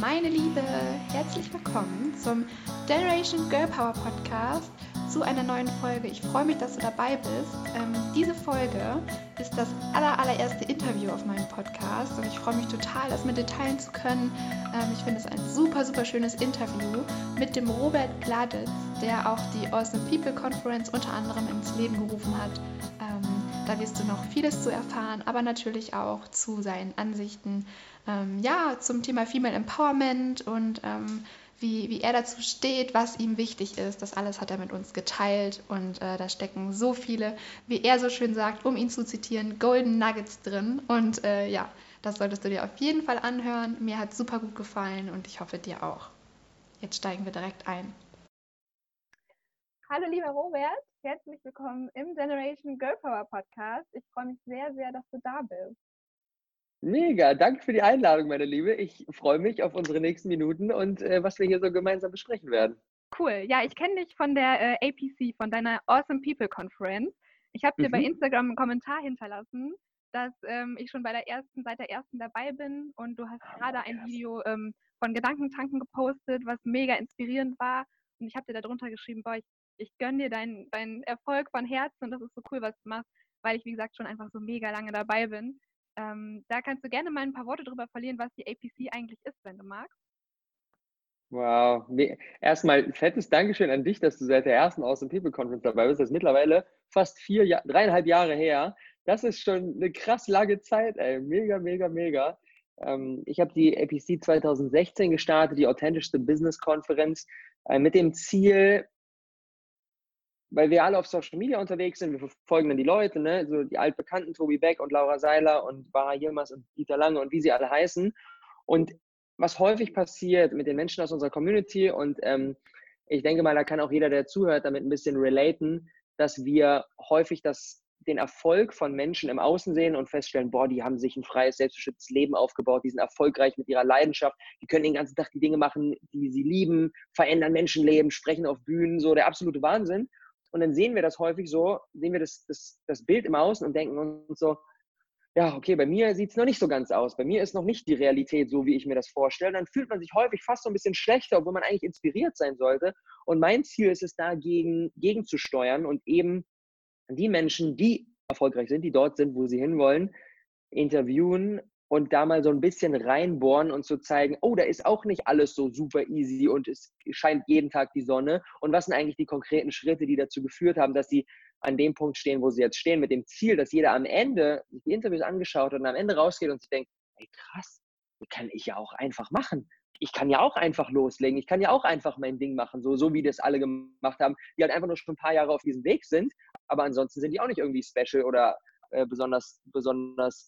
Meine Liebe, herzlich willkommen zum Generation Girl Power Podcast zu einer neuen Folge. Ich freue mich, dass du dabei bist. Diese Folge ist das allererste Interview auf meinem Podcast und ich freue mich total, das mit dir teilen zu können. Ich finde es ein super schönes Interview mit dem Robert Gladitz, der auch die Awesome People Conference unter anderem ins Leben gerufen hat. Da wirst du noch vieles zu erfahren, aber natürlich auch zu seinen Ansichten zum Thema Female Empowerment und wie er dazu steht, was ihm wichtig ist. Das alles hat er mit uns geteilt und da stecken so viele, wie er so schön sagt, um ihn zu zitieren, Golden Nuggets drin. Und das solltest du dir auf jeden Fall anhören. Mir hat es super gut gefallen und ich hoffe dir auch. Jetzt steigen wir direkt ein. Hallo lieber Robert, herzlich willkommen im Generation Girl Power Podcast. Ich freue mich sehr, dass du da bist. Mega, danke für die Einladung, meine Liebe. Ich freue mich auf unsere nächsten Minuten und was wir hier so gemeinsam besprechen werden. Cool. Ja, ich kenne dich von der APC, von deiner Awesome People Conference. Ich habe dir bei Instagram einen Kommentar hinterlassen, dass ich schon seit der ersten dabei bin und du hast gerade ein Video von Gedankentanken gepostet, was mega inspirierend war. Und ich habe dir darunter geschrieben, boah, ich gönne dir deinen Erfolg von Herzen und das ist so cool, was du machst, weil ich, wie gesagt, schon einfach so mega lange dabei bin. Da kannst du gerne mal ein paar Worte drüber verlieren, was die APC eigentlich ist, wenn du magst. Wow. Erstmal fettes Dankeschön an dich, dass du seit der ersten Awesome People Conference dabei bist. Das ist mittlerweile fast 3,5 Jahre her. Das ist schon eine krass lange Zeit, ey. Mega. Ich habe die APC 2016 gestartet, die authentischste Business-Konferenz, mit dem Ziel, weil wir alle auf Social Media unterwegs sind, wir verfolgen dann die Leute, ne? So die altbekannten Tobi Beck und Laura Seiler und Baha Yilmaz und Dieter Lange und wie sie alle heißen. Und was häufig passiert mit den Menschen aus unserer Community und ich denke mal, da kann auch jeder, der zuhört, damit ein bisschen relaten, dass wir häufig den Erfolg von Menschen im Außen sehen und feststellen, boah, die haben sich ein freies, selbstbestimmtes Leben aufgebaut, die sind erfolgreich mit ihrer Leidenschaft, die können den ganzen Tag die Dinge machen, die sie lieben, verändern Menschenleben, sprechen auf Bühnen, so der absolute Wahnsinn. Und dann sehen wir das häufig so, sehen wir das Bild im Außen und denken uns so, ja, okay, bei mir sieht es noch nicht so ganz aus. Bei mir ist noch nicht die Realität so, wie ich mir das vorstelle. Dann fühlt man sich häufig fast so ein bisschen schlechter, obwohl man eigentlich inspiriert sein sollte. Und mein Ziel ist es, gegenzusteuern und eben die Menschen, die erfolgreich sind, die dort sind, wo sie hinwollen, interviewen und da mal so ein bisschen reinbohren und zu zeigen, oh, da ist auch nicht alles so super easy und es scheint jeden Tag die Sonne. Und was sind eigentlich die konkreten Schritte, die dazu geführt haben, dass sie an dem Punkt stehen, wo sie jetzt stehen, mit dem Ziel, dass jeder am Ende sich die Interviews angeschaut hat und am Ende rausgeht und sich denkt, ey krass, das kann ich ja auch einfach machen. Ich kann ja auch einfach loslegen. Ich kann ja auch einfach mein Ding machen, so wie das alle gemacht haben, die halt einfach nur schon ein paar Jahre auf diesem Weg sind. Aber ansonsten sind die auch nicht irgendwie special oder mit besonders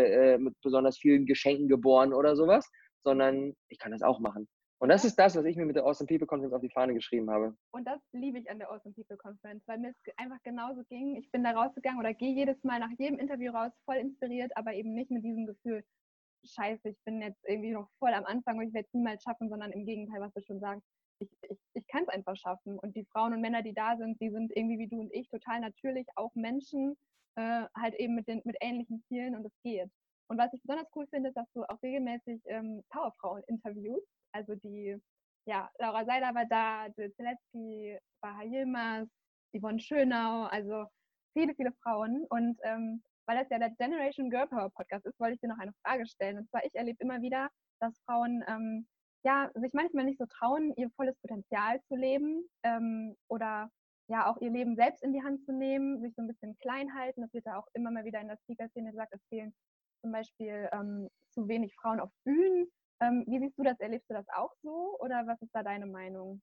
vielen Geschenken geboren oder sowas, sondern ich kann das auch machen. Und das ist das, was ich mir mit der Awesome People Conference auf die Fahne geschrieben habe. Und das liebe ich an der Awesome People Conference, weil mir es einfach genauso ging. Ich bin da rausgegangen oder gehe jedes Mal nach jedem Interview raus, voll inspiriert, aber eben nicht mit diesem Gefühl, scheiße, ich bin jetzt irgendwie noch voll am Anfang und ich werde es niemals schaffen, sondern im Gegenteil, was du schon sagst, ich kann es einfach schaffen. Und die Frauen und Männer, die da sind, die sind irgendwie wie du und ich total natürlich, auch Menschen, halt eben mit ähnlichen Zielen und es geht. Und was ich besonders cool finde, ist, dass du auch regelmäßig Powerfrauen interviewst. Also Laura Seiler war da, Jill Zielecki, Baha Yilmaz, Yvonne Schönau, also viele Frauen. Und weil das ja der Generation Girl Power Podcast ist, wollte ich dir noch eine Frage stellen. Und zwar, ich erlebe immer wieder, dass Frauen sich manchmal nicht so trauen, ihr volles Potenzial zu leben oder ja auch ihr Leben selbst in die Hand zu nehmen, sich so ein bisschen klein halten. Das wird ja auch immer mal wieder in der Speaker-Szene gesagt, es fehlen zum Beispiel zu wenig Frauen auf Bühnen. Wie siehst du das? Erlebst du das auch so oder was ist da deine Meinung?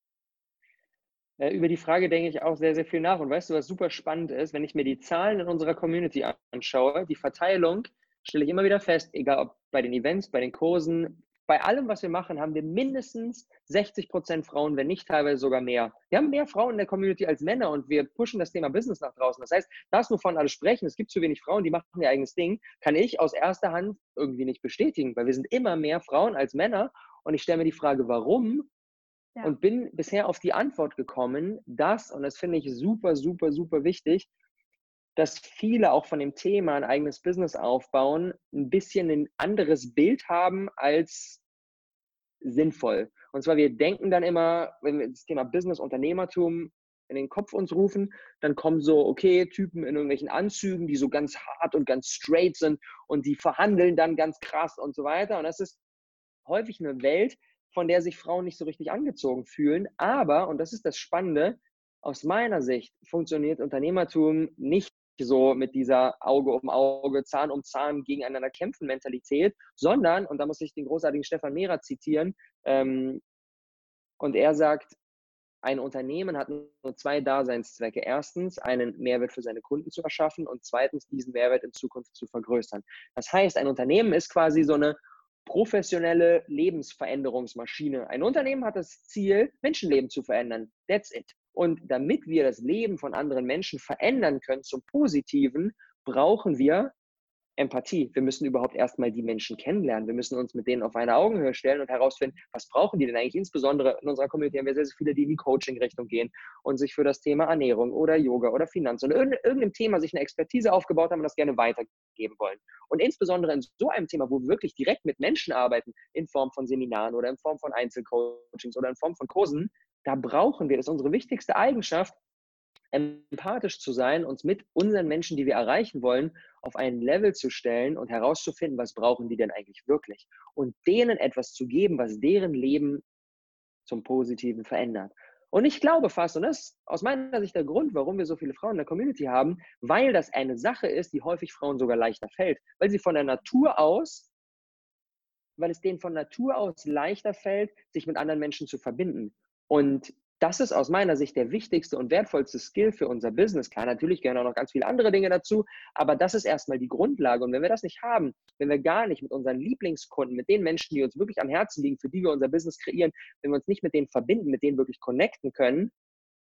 Über die Frage denke ich auch sehr viel nach. Und weißt du, was super spannend ist? Wenn ich mir die Zahlen in unserer Community anschaue, die Verteilung, stelle ich immer wieder fest, egal ob bei den Events, bei den Kursen, bei allem, was wir machen, haben wir mindestens 60% Frauen, wenn nicht teilweise sogar mehr. Wir haben mehr Frauen in der Community als Männer und wir pushen das Thema Business nach draußen. Das heißt, das, wovon alle sprechen, es gibt zu wenig Frauen, die machen ihr eigenes Ding, kann ich aus erster Hand irgendwie nicht bestätigen, weil wir sind immer mehr Frauen als Männer. Und ich stelle mir die Frage, warum? Ja. Und bin bisher auf die Antwort gekommen, und das finde ich super wichtig, dass viele auch von dem Thema ein eigenes Business aufbauen, ein bisschen ein anderes Bild haben als sinnvoll. Und zwar, wir denken dann immer, wenn wir das Thema Business, Unternehmertum in den Kopf uns rufen, dann kommen so, okay, Typen in irgendwelchen Anzügen, die so ganz hart und ganz straight sind und die verhandeln dann ganz krass und so weiter. Und das ist häufig eine Welt, von der sich Frauen nicht so richtig angezogen fühlen. Aber, und das ist das Spannende, aus meiner Sicht funktioniert Unternehmertum nicht so mit dieser Auge um Auge, Zahn um Zahn gegeneinander kämpfen Mentalität, sondern, und da muss ich den großartigen Stefan Mehrer zitieren, und er sagt, ein Unternehmen hat nur zwei Daseinszwecke. Erstens, einen Mehrwert für seine Kunden zu erschaffen und zweitens, diesen Mehrwert in Zukunft zu vergrößern. Das heißt, ein Unternehmen ist quasi so eine professionelle Lebensveränderungsmaschine. Ein Unternehmen hat das Ziel, Menschenleben zu verändern. That's it. Und damit wir das Leben von anderen Menschen verändern können zum Positiven, brauchen wir Empathie. Wir müssen überhaupt erstmal die Menschen kennenlernen. Wir müssen uns mit denen auf eine Augenhöhe stellen und herausfinden, was brauchen die denn eigentlich? Insbesondere in unserer Community haben wir sehr, sehr viele, die in die Coaching-Richtung gehen und sich für das Thema Ernährung oder Yoga oder Finanzen oder irgendeinem Thema sich eine Expertise aufgebaut haben und das gerne weitergeben wollen. Und insbesondere in so einem Thema, wo wir wirklich direkt mit Menschen arbeiten, in Form von Seminaren oder in Form von Einzelcoachings oder in Form von Kursen, da brauchen wir, das ist unsere wichtigste Eigenschaft, empathisch zu sein, uns mit unseren Menschen, die wir erreichen wollen, auf ein Level zu stellen und herauszufinden, was brauchen die denn eigentlich wirklich und denen etwas zu geben, was deren Leben zum Positiven verändert. Und ich glaube fast, und das ist aus meiner Sicht der Grund, warum wir so viele Frauen in der Community haben, weil das eine Sache ist, die häufig Frauen sogar leichter fällt, weil sie von der Natur aus, weil es denen von Natur aus leichter fällt, sich mit anderen Menschen zu verbinden. Und das ist aus meiner Sicht der wichtigste und wertvollste Skill für unser Business. Klar, natürlich gehören auch noch ganz viele andere Dinge dazu, aber das ist erstmal die Grundlage. Und wenn wir das nicht haben, wenn wir gar nicht mit unseren Lieblingskunden, mit den Menschen, die uns wirklich am Herzen liegen, für die wir unser Business kreieren, wenn wir uns nicht mit denen verbinden, mit denen wirklich connecten können,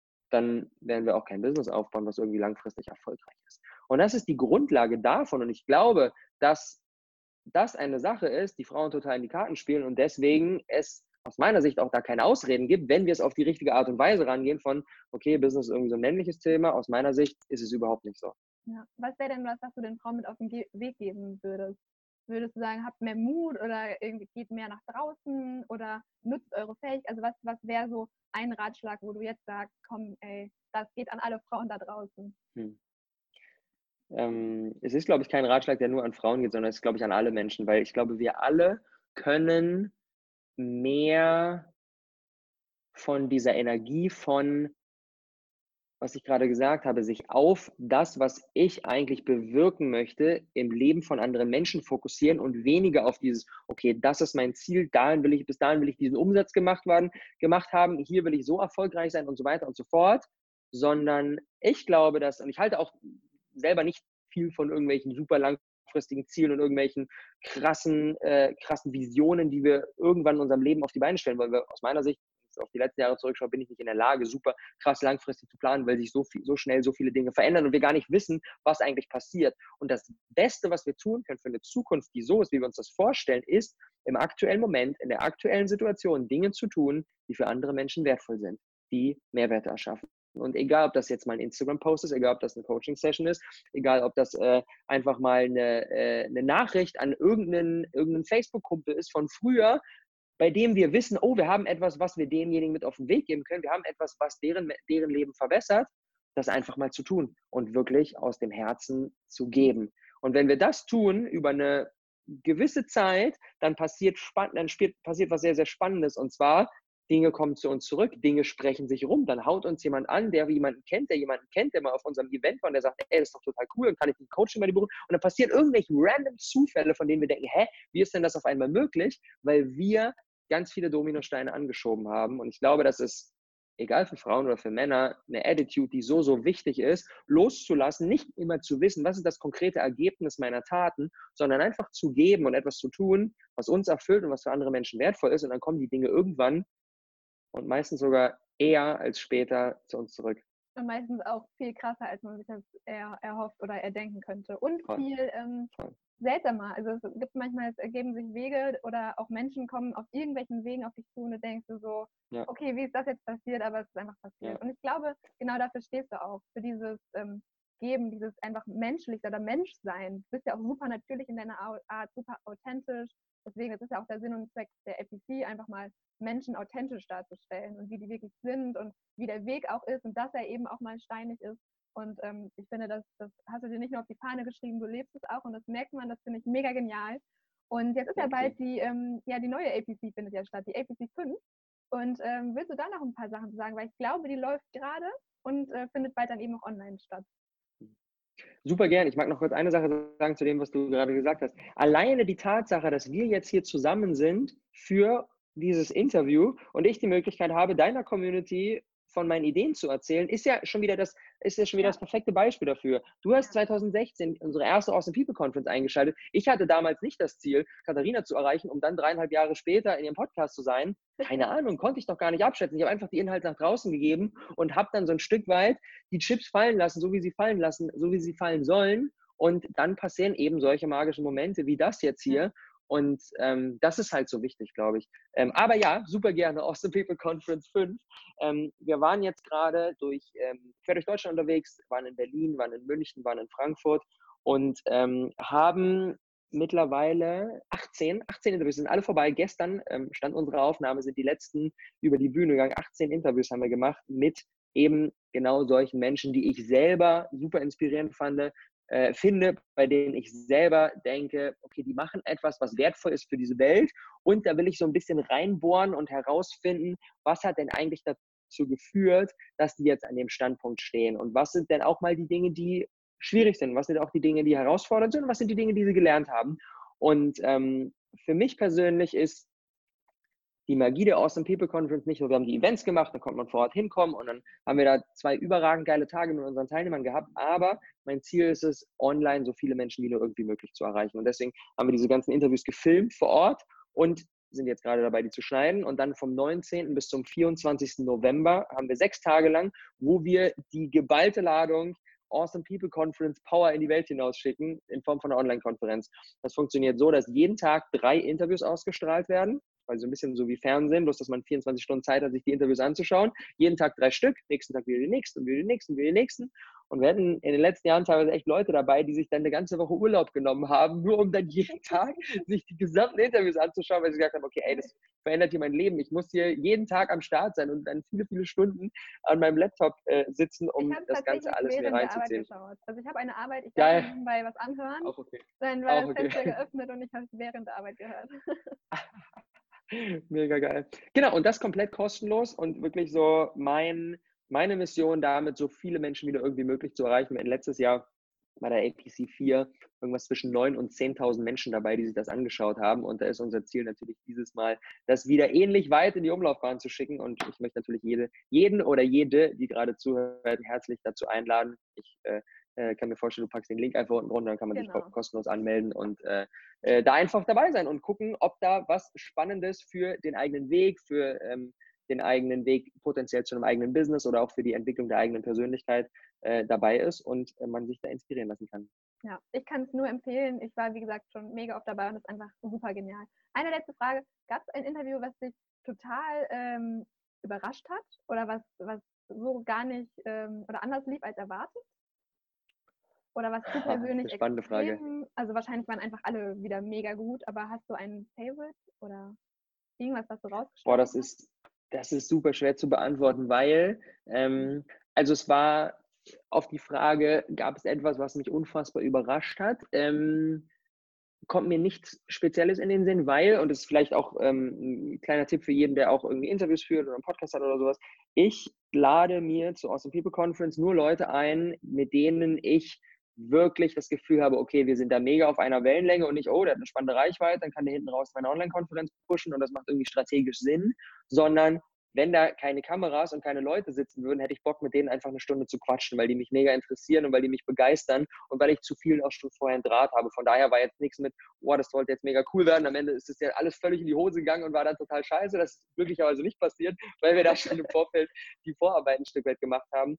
dann werden wir auch kein Business aufbauen, was irgendwie langfristig erfolgreich ist. Und das ist die Grundlage davon. Und ich glaube, dass das eine Sache ist, die Frauen total in die Karten spielen und deswegen es aus meiner Sicht auch da keine Ausreden gibt, wenn wir es auf die richtige Art und Weise rangehen von, okay, Business ist irgendwie so ein männliches Thema. Aus meiner Sicht ist es überhaupt nicht so. Ja. Was wäre denn was, was du den Frauen mit auf den Weg geben würdest? Würdest du sagen, habt mehr Mut oder irgendwie geht mehr nach draußen oder nutzt eure Fähigkeit? Also was wäre so ein Ratschlag, wo du jetzt sagst, komm, ey, das geht an alle Frauen da draußen? Es ist, glaube ich, kein Ratschlag, der nur an Frauen geht, sondern es ist, glaube ich, an alle Menschen, weil ich glaube, wir alle können mehr von dieser Energie von, was ich gerade gesagt habe, sich auf das, was ich eigentlich bewirken möchte, im Leben von anderen Menschen fokussieren und weniger auf dieses, okay, das ist mein Ziel, bis dahin will ich diesen Umsatz gemacht haben, hier will ich so erfolgreich sein und so weiter und so fort, sondern ich glaube, und ich halte auch selber nicht viel von irgendwelchen super langfristigen Zielen und irgendwelchen krassen Visionen, die wir irgendwann in unserem Leben auf die Beine stellen, weil wir aus meiner Sicht auf die letzten Jahre zurückschaue, bin ich nicht in der Lage, super krass langfristig zu planen, weil sich so schnell so viele Dinge verändern und wir gar nicht wissen, was eigentlich passiert. Und das Beste, was wir tun können für eine Zukunft, die so ist, wie wir uns das vorstellen, ist, im aktuellen Moment, in der aktuellen Situation Dinge zu tun, die für andere Menschen wertvoll sind, die Mehrwerte erschaffen. Und egal, ob das jetzt mal ein Instagram-Post ist, egal, ob das eine Coaching-Session ist, egal, ob das einfach mal eine Nachricht an irgendeinen Facebook-Kumpel ist von früher, bei dem wir wissen, oh, wir haben etwas, was wir demjenigen mit auf den Weg geben können. Wir haben etwas, was deren Leben verbessert, das einfach mal zu tun und wirklich aus dem Herzen zu geben. Und wenn wir das tun über eine gewisse Zeit, dann passiert was sehr, sehr Spannendes. Und zwar, Dinge kommen zu uns zurück, Dinge sprechen sich rum, dann haut uns jemand an, der jemanden kennt, der mal auf unserem Event war und der sagt, ey, das ist doch total cool und kann ich ein Coaching bei dir buchen? Und dann passieren irgendwelche random Zufälle, von denen wir denken, hä, wie ist denn das auf einmal möglich? Weil wir ganz viele Dominosteine angeschoben haben. Und ich glaube, das ist, egal für Frauen oder für Männer, eine Attitude, die so, so wichtig ist, loszulassen, nicht immer zu wissen, was ist das konkrete Ergebnis meiner Taten, sondern einfach zu geben und etwas zu tun, was uns erfüllt und was für andere Menschen wertvoll ist. Und dann kommen die Dinge irgendwann und meistens sogar eher als später zu uns zurück. Und meistens auch viel krasser, als man sich das erhofft oder erdenken könnte. Und Voll. viel seltsamer. Also es gibt manchmal, es ergeben sich Wege oder auch Menschen kommen auf irgendwelchen Wegen auf dich zu und du denkst du so, Ja. okay, wie ist das jetzt passiert? Aber es ist einfach passiert. Ja. Und ich glaube, genau dafür stehst du auch. Für dieses geben, dieses einfach menschlich oder Menschsein. Du bist ja auch super natürlich in deiner Art, super authentisch. Deswegen, das ist ja auch der Sinn und Zweck der APC, einfach mal Menschen authentisch darzustellen und wie die wirklich sind und wie der Weg auch ist und dass er eben auch mal steinig ist. Und ich finde, das hast du dir nicht nur auf die Fahne geschrieben, du lebst es auch und das merkt man, das finde ich mega genial. Und jetzt ist ja bald die neue APC findet ja statt, die APC 5. Und willst du da noch ein paar Sachen sagen? Weil ich glaube, die läuft gerade und findet bald dann eben auch online statt. Super gern. Ich mag noch kurz eine Sache sagen zu dem, was du gerade gesagt hast. Alleine die Tatsache, dass wir jetzt hier zusammen sind für dieses Interview und ich die Möglichkeit habe, deiner Community von meinen Ideen zu erzählen, ist ja schon wieder das perfekte Beispiel dafür. Du hast 2016 unsere erste Awesome People Conference eingeschaltet. Ich hatte damals nicht das Ziel, Katharina zu erreichen, um dann 3,5 Jahre später in ihrem Podcast zu sein. Keine Ahnung, konnte ich doch gar nicht abschätzen. Ich habe einfach die Inhalte nach draußen gegeben und habe dann so ein Stück weit die Chips fallen lassen, so wie sie fallen sollen. Und dann passieren eben solche magischen Momente wie das jetzt hier. Und das ist halt so wichtig, glaube ich. Aber ja, super gerne, Awesome People Conference 5. Wir waren jetzt gerade quer durch Deutschland unterwegs, waren in Berlin, waren in München, waren in Frankfurt und haben mittlerweile 18 Interviews, sind alle vorbei. Gestern stand unsere Aufnahme, sind die letzten über die Bühne gegangen. 18 Interviews haben wir gemacht mit eben genau solchen Menschen, die ich selber super inspirierend finde, bei denen ich selber denke, okay, die machen etwas, was wertvoll ist für diese Welt. Und da will ich so ein bisschen reinbohren und herausfinden, was hat denn eigentlich dazu geführt, dass die jetzt an dem Standpunkt stehen? Und was sind denn auch mal die Dinge, die schwierig sind? Was sind auch die Dinge, die herausfordernd sind? Und was sind die Dinge, die sie gelernt haben? Und für mich persönlich ist die Magie der Awesome People Conference nicht nur, wir haben die Events gemacht, dann konnte man vor Ort hinkommen und dann haben wir da 2 überragend geile Tage mit unseren Teilnehmern gehabt, aber mein Ziel ist es, online so viele Menschen wie nur irgendwie möglich zu erreichen und deswegen haben wir diese ganzen Interviews gefilmt vor Ort und sind jetzt gerade dabei, die zu schneiden und dann vom 19. bis zum 24. November haben wir 6 Tage lang, wo wir die geballte Ladung Awesome People Conference Power in die Welt hinausschicken in Form von einer Online-Konferenz. Das funktioniert so, dass jeden Tag 3 Interviews ausgestrahlt werden. Also ein bisschen so wie Fernsehen, bloß dass man 24 Stunden Zeit hat, sich die Interviews anzuschauen. Jeden Tag 3 Stück, nächsten Tag wieder die nächsten und wieder die nächsten, wieder die nächsten. Und wir hatten in den letzten Jahren teilweise echt Leute dabei, die sich dann eine ganze Woche Urlaub genommen haben, nur um dann jeden Tag sich die gesamten Interviews anzuschauen, weil sie gesagt haben, okay, ey, das verändert hier mein Leben. Ich muss hier jeden Tag am Start sein und dann viele, viele Stunden an meinem Laptop sitzen, um das Ganze alles mir reinzuziehen. Also ich habe eine Arbeit, ich darf nebenbei was anhören. Auch okay. Dann war das Fenster geöffnet und ich habe es während der Arbeit gehört. Mega geil. Genau, und das komplett kostenlos und wirklich so meine Mission, damit so viele Menschen wieder irgendwie möglich zu erreichen. Wir hatten letztes Jahr bei der APC 4 irgendwas zwischen 9.000 und 10.000 Menschen dabei, die sich das angeschaut haben. Und da ist unser Ziel natürlich dieses Mal, das wieder ähnlich weit in die Umlaufbahn zu schicken. Und ich möchte natürlich jeden oder jede, die gerade zuhört, herzlich dazu einladen. Ich kann mir vorstellen, du packst den Link einfach unten drunter, dann kann man sich kostenlos anmelden und da einfach dabei sein und gucken, ob da was Spannendes für den eigenen Weg, für den eigenen Weg potenziell zu einem eigenen Business oder auch für die Entwicklung der eigenen Persönlichkeit dabei ist und man sich da inspirieren lassen kann. Ja, ich kann es nur empfehlen. Ich war, wie gesagt, schon mega oft dabei und das ist einfach super genial. Eine letzte Frage. Gab es ein Interview, was dich total überrascht hat oder was so gar nicht oder anders lief als erwartet? Oder was du persönlich eine spannende Frage. Also wahrscheinlich waren einfach alle wieder mega gut, aber hast du einen Favorite oder irgendwas, was du rausgestellt hast? Das ist super schwer zu beantworten, weil also es war auf die Frage, gab es etwas, was mich unfassbar überrascht hat? Kommt mir nichts Spezielles in den Sinn, weil, und das ist vielleicht auch ein kleiner Tipp für jeden, der auch irgendwie Interviews führt oder einen Podcast hat oder sowas, ich lade mir zur Awesome People Conference nur Leute ein, mit denen ich wirklich das Gefühl habe, okay, wir sind da mega auf einer Wellenlänge und nicht, oh, der hat eine spannende Reichweite, dann kann der hinten raus meine Online-Konferenz pushen und das macht irgendwie strategisch Sinn, sondern wenn da keine Kameras und keine Leute sitzen würden, hätte ich Bock, mit denen einfach eine Stunde zu quatschen, weil die mich mega interessieren und weil die mich begeistern und weil ich zu vielen auch schon vorher einen Draht habe. Von daher war jetzt nichts mit, oh, das sollte jetzt mega cool werden. Am Ende ist es ja alles völlig in die Hose gegangen und war dann total scheiße. Das ist glücklicherweise nicht passiert, weil wir da schon im Vorfeld die Vorarbeit ein Stück weit gemacht haben.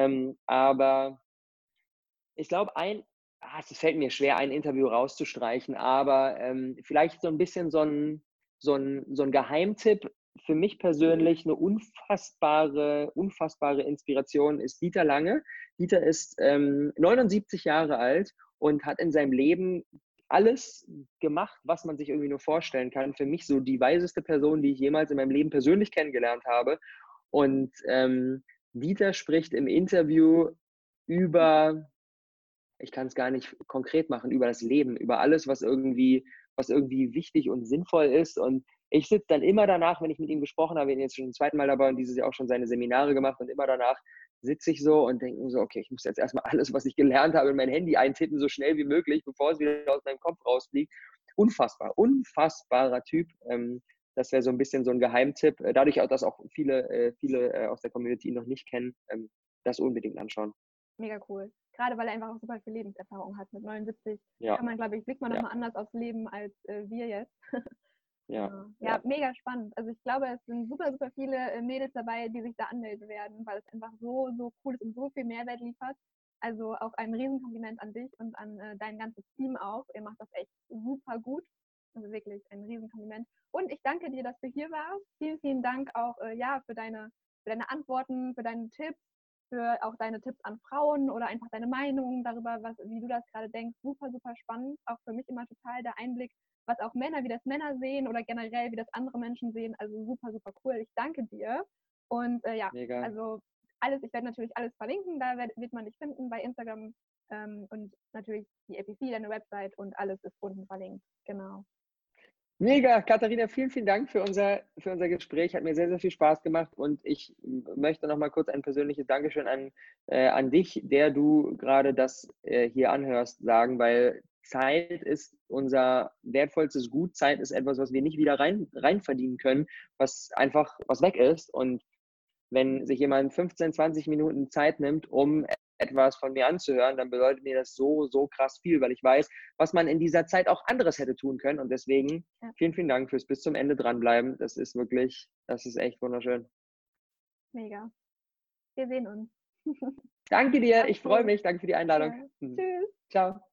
Aber ich glaube, es fällt mir schwer, ein Interview rauszustreichen, aber vielleicht so ein bisschen so ein Geheimtipp für mich persönlich eine unfassbare Inspiration ist Dieter Lange. Dieter ist 79 Jahre alt und hat in seinem Leben alles gemacht, was man sich irgendwie nur vorstellen kann. Für mich so die weiseste Person, die ich jemals in meinem Leben persönlich kennengelernt habe. Und Dieter spricht im Interview über, ich kann es gar nicht konkret machen, über das Leben, über alles, was irgendwie wichtig und sinnvoll ist. Und ich sitze dann immer danach, wenn ich mit ihm gesprochen habe, wir sind jetzt schon zum zweiten Mal dabei und dieses Jahr auch schon seine Seminare gemacht, und immer danach sitze ich so und denke mir so, okay, ich muss jetzt erstmal alles, was ich gelernt habe, in mein Handy eintippen, so schnell wie möglich, bevor es wieder aus meinem Kopf rausfliegt. Unfassbarer Typ. Das wäre so ein bisschen so ein Geheimtipp. Dadurch auch, dass auch viele aus der Community ihn noch nicht kennen, das unbedingt anschauen. Mega cool. Gerade weil er einfach auch super viel Lebenserfahrung hat. Mit 79 Ja. kann man, glaube ich, blickt man Ja. nochmal anders aufs Leben als wir jetzt. Ja. Ja, mega spannend. Also ich glaube, es sind super viele Mädels dabei, die sich da anmelden werden, weil es einfach so cool ist und so viel Mehrwert liefert. Also auch ein Riesenkompliment an dich und an dein ganzes Team auch. Ihr macht das echt super gut. Also wirklich ein Riesenkompliment. Und ich danke dir, dass du hier warst. Vielen Dank auch für deine Antworten, für deine Tipps, für auch deine Tipps an Frauen oder einfach deine Meinung darüber, wie du das gerade denkst. Super spannend. Auch für mich immer total der Einblick, was auch Männer, wie das Männer sehen oder generell, wie das andere Menschen sehen. Also super cool. Ich danke dir. Und Mega. also alles, ich werde natürlich alles verlinken, da wird man dich finden bei Instagram und natürlich die EPC, deine Website und alles ist unten verlinkt. Genau. Mega, Katharina, vielen Dank für unser Gespräch. Hat mir sehr viel Spaß gemacht, und ich möchte noch mal kurz ein persönliches Dankeschön an dich, der du gerade das hier anhörst, sagen, weil Zeit ist unser wertvollstes Gut. Zeit ist etwas, was wir nicht wieder rein verdienen können, was weg ist. Und wenn sich jemand 15, 20 Minuten Zeit nimmt, um etwas von mir anzuhören, dann bedeutet mir das so krass viel, weil ich weiß, was man in dieser Zeit auch anderes hätte tun können. Und deswegen vielen Dank fürs bis zum Ende dranbleiben. Das ist echt wunderschön. Mega. Wir sehen uns. Danke dir, ich freue mich. Danke für die Einladung. Ja. Tschüss. Ciao.